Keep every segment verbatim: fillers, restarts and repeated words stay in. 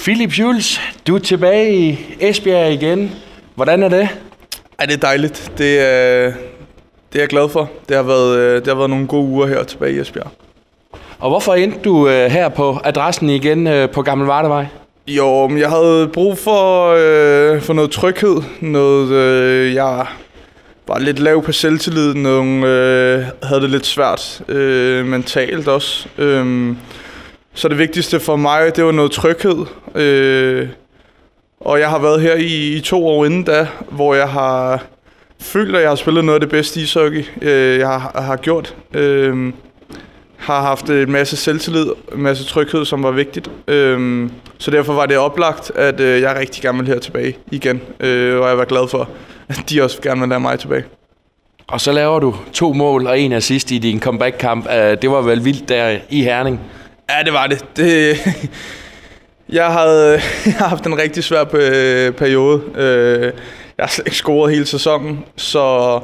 Philip Schulz, du er tilbage i Esbjerg igen. Hvordan er det? Ej, det er dejligt. Det er, det er jeg glad for. Det har, været, det har været nogle gode uger her tilbage i Esbjerg. Og hvorfor endte du her på adressen igen på Gammel Vardevej? Jo, men jeg havde brug for, øh, for noget tryghed. Noget, øh, jeg var lidt lav på selvtillid. Nogle, øh, havde det lidt svært øh, mentalt også. Øh, så det vigtigste for mig, det var noget tryghed. Øh, og jeg har været her i, i to år inden da, hvor jeg har følt, at jeg har spillet noget af det bedste ishockey, øh, jeg har, har gjort. Øh, har haft en masse selvtillid, en masse tryghed, som var vigtigt. Øhm, så derfor var det oplagt, at øh, jeg rigtig gerne vil her tilbage igen. Øh, og jeg var glad for, at de også gerne vil have mig tilbage. Og så laver du to mål og en assist i din comeback-kamp. Det var vel vildt der i Herning? Ja, det var det. det jeg, havde, jeg har haft en rigtig svær periode. Jeg har slet ikke scoret hele sæsonen, så...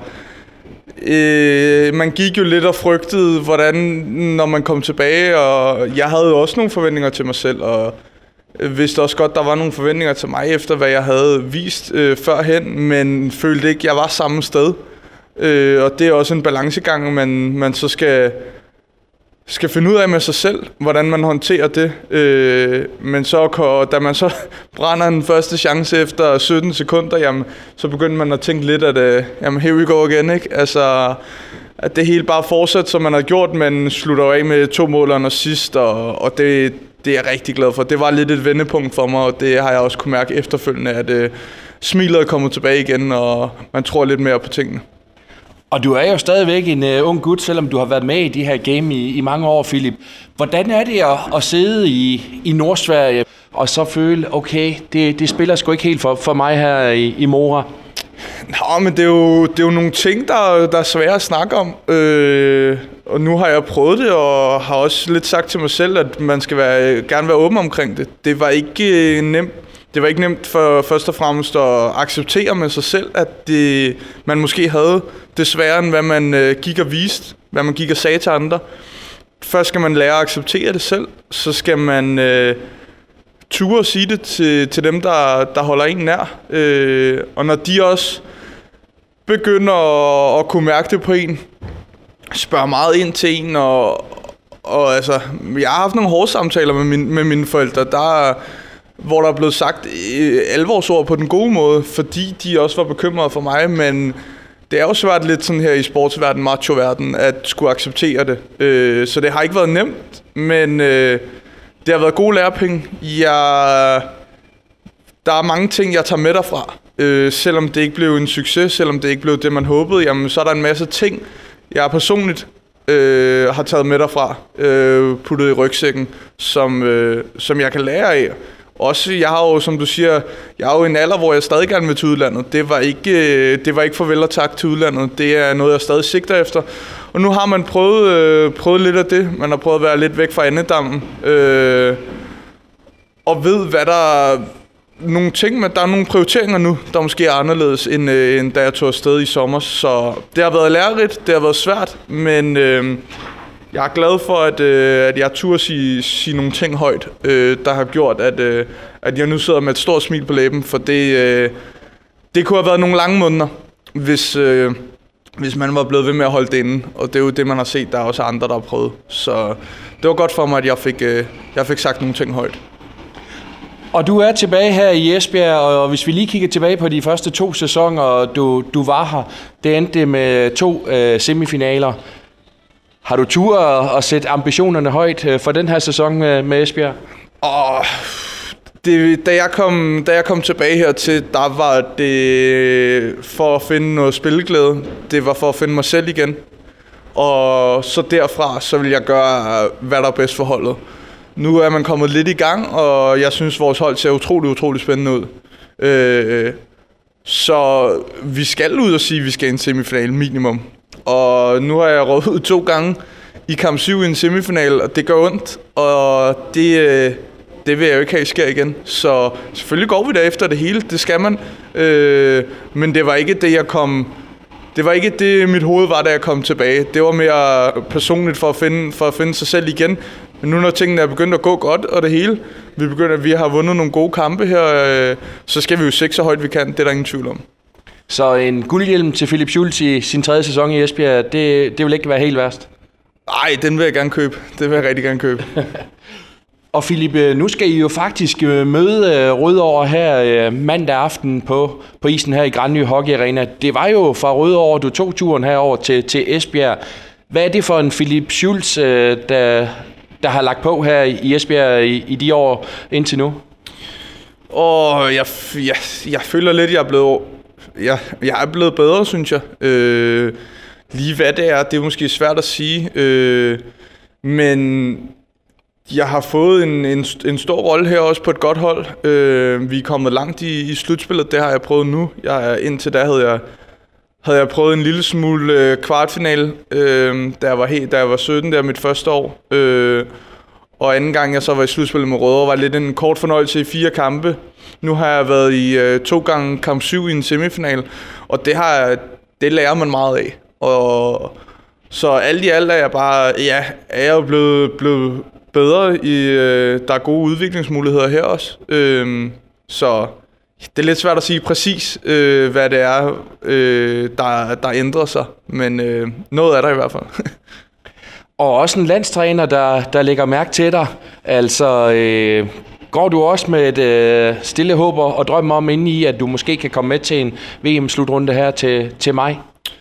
Øh, man gik jo lidt og frygtede, hvordan, når man kom tilbage, og jeg havde jo også nogle forventninger til mig selv, og vidste også godt, der var nogle forventninger til mig, efter hvad jeg havde vist øh, førhen, men følte ikke, jeg var samme sted. Øh, og det er også en balancegang, man, man så skal, skal finde ud af med sig selv, hvordan man håndterer det. Øh, men så, da man så brænder den første chance efter sytten sekunder, jamen, så begyndte man at tænke lidt, at uh, jamen, here we go again, ikke? Altså, at det hele bare fortsætter, som man har gjort, men slutter af med to mål og sidst, og, og det, det er jeg rigtig glad for. Det var lidt et vendepunkt for mig, og det har jeg også kunne mærke efterfølgende, at uh, smilet er kommet tilbage igen, og man tror lidt mere på tingene. Og du er jo stadigvæk en uh, ung gut, selvom du har været med i de her game i, i mange år, Philip. Hvordan er det at, at sidde i, i Nordsverige og så føle, okay, det, det spiller sgu ikke helt for, for mig her i, i Mora? Nå, men det er jo, det er jo nogle ting, der, der er svære at snakke om. Øh, og nu har jeg prøvet det, og har også lidt sagt til mig selv, at man skal være, gerne være åben omkring det. Det var ikke øh, nemt. Det var ikke nemt for først og fremmest at acceptere med sig selv, at det, man måske havde det sværere, end hvad man øh, gik og viste, hvad man gik og sagde til andre. Først skal man lære at acceptere det selv, så skal man øh, ture og sige det til, til dem, der, der holder en nær. Øh, og når de også begynder at, at kunne mærke det på en, spørger meget ind til en, og, og altså, jeg har haft nogle hårde samtaler med, min, med mine forældre, der hvor der er blevet sagt alvorsord på den gode måde, fordi de også var bekymrede for mig, men det er jo svært lidt sådan her i sportsverdenen, macho-verdenen, at skulle acceptere det. Øh, så det har ikke været nemt, men øh, det har været gode lærepenge. Jeg, der er mange ting, jeg tager med derfra. Øh, selvom det ikke blev en succes, selvom det ikke blev det, man håbede, jamen, så er der en masse ting, jeg personligt øh, har taget med derfra, øh, puttet i rygsækken, som, øh, som jeg kan lære af. Også, jeg har jo, som du siger, jeg er jo i en alder, hvor jeg stadig gerne vil til udlandet. Det var ikke, det var ikke farvel og tak til udlandet. Det er noget, jeg stadig sigter efter. Og nu har man prøvet, øh, prøvet lidt af det. Man har prøvet at være lidt væk fra andedammen. Øh, og ved, hvad der er nogle ting, men der er nogle prioriteringer nu, der måske er anderledes, end, øh, end da jeg tog afsted i sommer. Så det har været lærerigt, det har været svært, men... Øh, Jeg er glad for, at, øh, at jeg turde sige, sige nogle ting højt, øh, der har gjort, at, øh, at jeg nu sidder med et stort smil på læben, for det, øh, det kunne have været nogle lange måneder, hvis, øh, hvis man var blevet ved med at holde det inde, og det er jo det, man har set, der er også andre, der har prøvet. Så det var godt for mig, at jeg fik, øh, jeg fik sagt nogle ting højt. Og du er tilbage her i Esbjerg, og hvis vi lige kigger tilbage på de første to sæsoner, du, du var her, det endte med to øh, semifinaler. Har du tur at, at sætte ambitionerne højt for den her sæson med, med Esbjerg? Og det, da, jeg kom, da jeg kom tilbage hertil, der var det for at finde noget spilleglæde. Det var for at finde mig selv igen. Og så derfra, så vil jeg gøre, hvad der er bedst for holdet. Nu er man kommet lidt i gang, og jeg synes, vores hold ser utrolig, utrolig spændende ud. Øh, så vi skal ud og sige, at vi skal i en semifinal minimum. Og nu har jeg rådet ud to gange i kamp syv i en semifinal, og det gør ondt, og det, det vil jeg jo ikke have, sker igen. Så selvfølgelig går vi der efter det hele, det skal man. Øh, men det var ikke det, jeg kom... Det var ikke det, mit hoved var, da jeg kom tilbage. Det var mere personligt for at finde, for at finde sig selv igen. Men nu når tingene er begyndt at gå godt, og det hele, vi begynder, vi har vundet nogle gode kampe her, øh, så skal vi jo sigte så højt vi kan, det er der ingen tvivl om. Så en guldhjelm til Philip Schultz i sin tredje sæson i Esbjerg, det, det vil ikke være helt værst? Nej, den vil jeg gerne købe. Det vil jeg rigtig gerne købe. Og Philip, nu skal I jo faktisk møde Rødovre her mandag aften på, på isen her i Granny Hockey Arena. Det var jo fra Rødovre, du tog turen herover til, til Esbjerg. Hvad er det for en Philip Schultz, der, der har lagt på her i Esbjerg i, i de år indtil nu? Og jeg, jeg, jeg føler lidt, at jeg er blevet, jeg, jeg er blevet bedre, synes jeg. Øh, lige hvad det er, det er måske svært at sige. Øh, men jeg har fået en, en, en stor rolle her også på et godt hold. Øh, vi er kommet langt i, i slutspillet, det har jeg prøvet nu. Jeg, indtil da havde jeg, havde jeg prøvet en lille smule øh, kvartfinale, øh, da, jeg var helt, da jeg var sytten, der mit første år. Øh, og anden gang jeg så var i slutspillet med Rødovre, var lidt en kort fornøjelse i fire kampe. Nu har jeg været i øh, to gange kamp syv i en semifinal, og det, har, det lærer man meget af. Og, så alt i alt er jeg bare, ja, er jeg jo blevet, blevet bedre i, øh, der er gode udviklingsmuligheder her også. Øh, så det er lidt svært at sige præcis, øh, hvad det er, øh, der, der ændrer sig, men øh, noget er der i hvert fald. Og også en landstræner, der, der lægger mærke til dig. Altså, øh, går du også med et øh, stille håb og drømmer om inde i, at du måske kan komme med til en V M-slutrunde her til, til maj?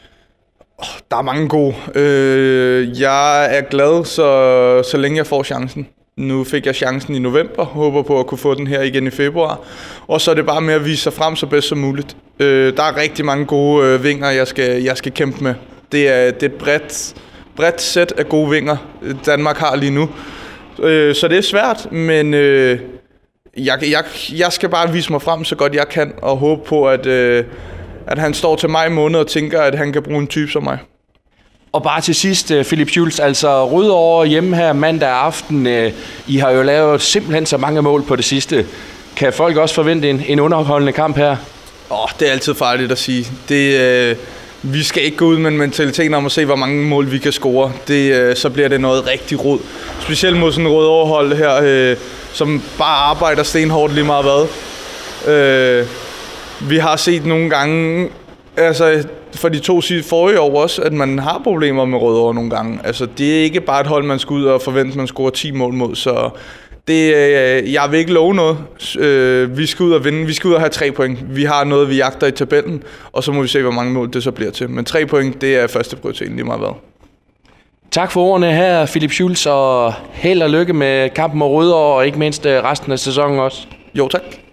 Der er mange gode. Øh, jeg er glad, så, så længe jeg får chancen. Nu fik jeg chancen i november, håber på at kunne få den her igen i februar. Og så er det bare med at vise sig frem så bedst som muligt. Øh, der er rigtig mange gode øh, vinger, jeg skal, jeg skal kæmpe med. Det er, det er et bredt, bredt sæt af gode vinger, Danmark har lige nu. Øh, så det er svært, men øh, jeg, jeg, jeg skal bare vise mig frem så godt jeg kan, og håbe på, at, øh, at han står til maj måned og tænker, at han kan bruge en type som mig. Og bare til sidst, Philip Schultz, altså Rødovre hjemme her mandag aften. I har jo lavet simpelthen så mange mål på det sidste. Kan folk også forvente en, en underholdende kamp her? Åh, oh, det er altid farligt at sige. Det, øh, vi skal ikke gå ud med en mentalitet om at se, hvor mange mål vi kan score. Det, øh, så bliver det noget rigtig rod. Specielt mod sådan en Rødovre-hold her, øh, som bare arbejder stenhårdt lige meget hvad. Øh, vi har set nogle gange, altså for de to forrige år også, at man har problemer med Rødovre nogle gange. Altså det er ikke bare et hold, man skal ud og forvente, at man scorer ti mål mod, så det, øh, jeg vil ikke love noget. Øh, vi skal ud og vinde, vi skal ud og have tre point. Vi har noget, vi jagter i tabellen, og så må vi se, hvor mange mål det så bliver til. Men tre point, det er første prioriteten lige meget hvad. Tak for ordene her, Philip Schultz, og held og lykke med kampen mod Rødovre, og ikke mindst resten af sæsonen også. Jo, tak.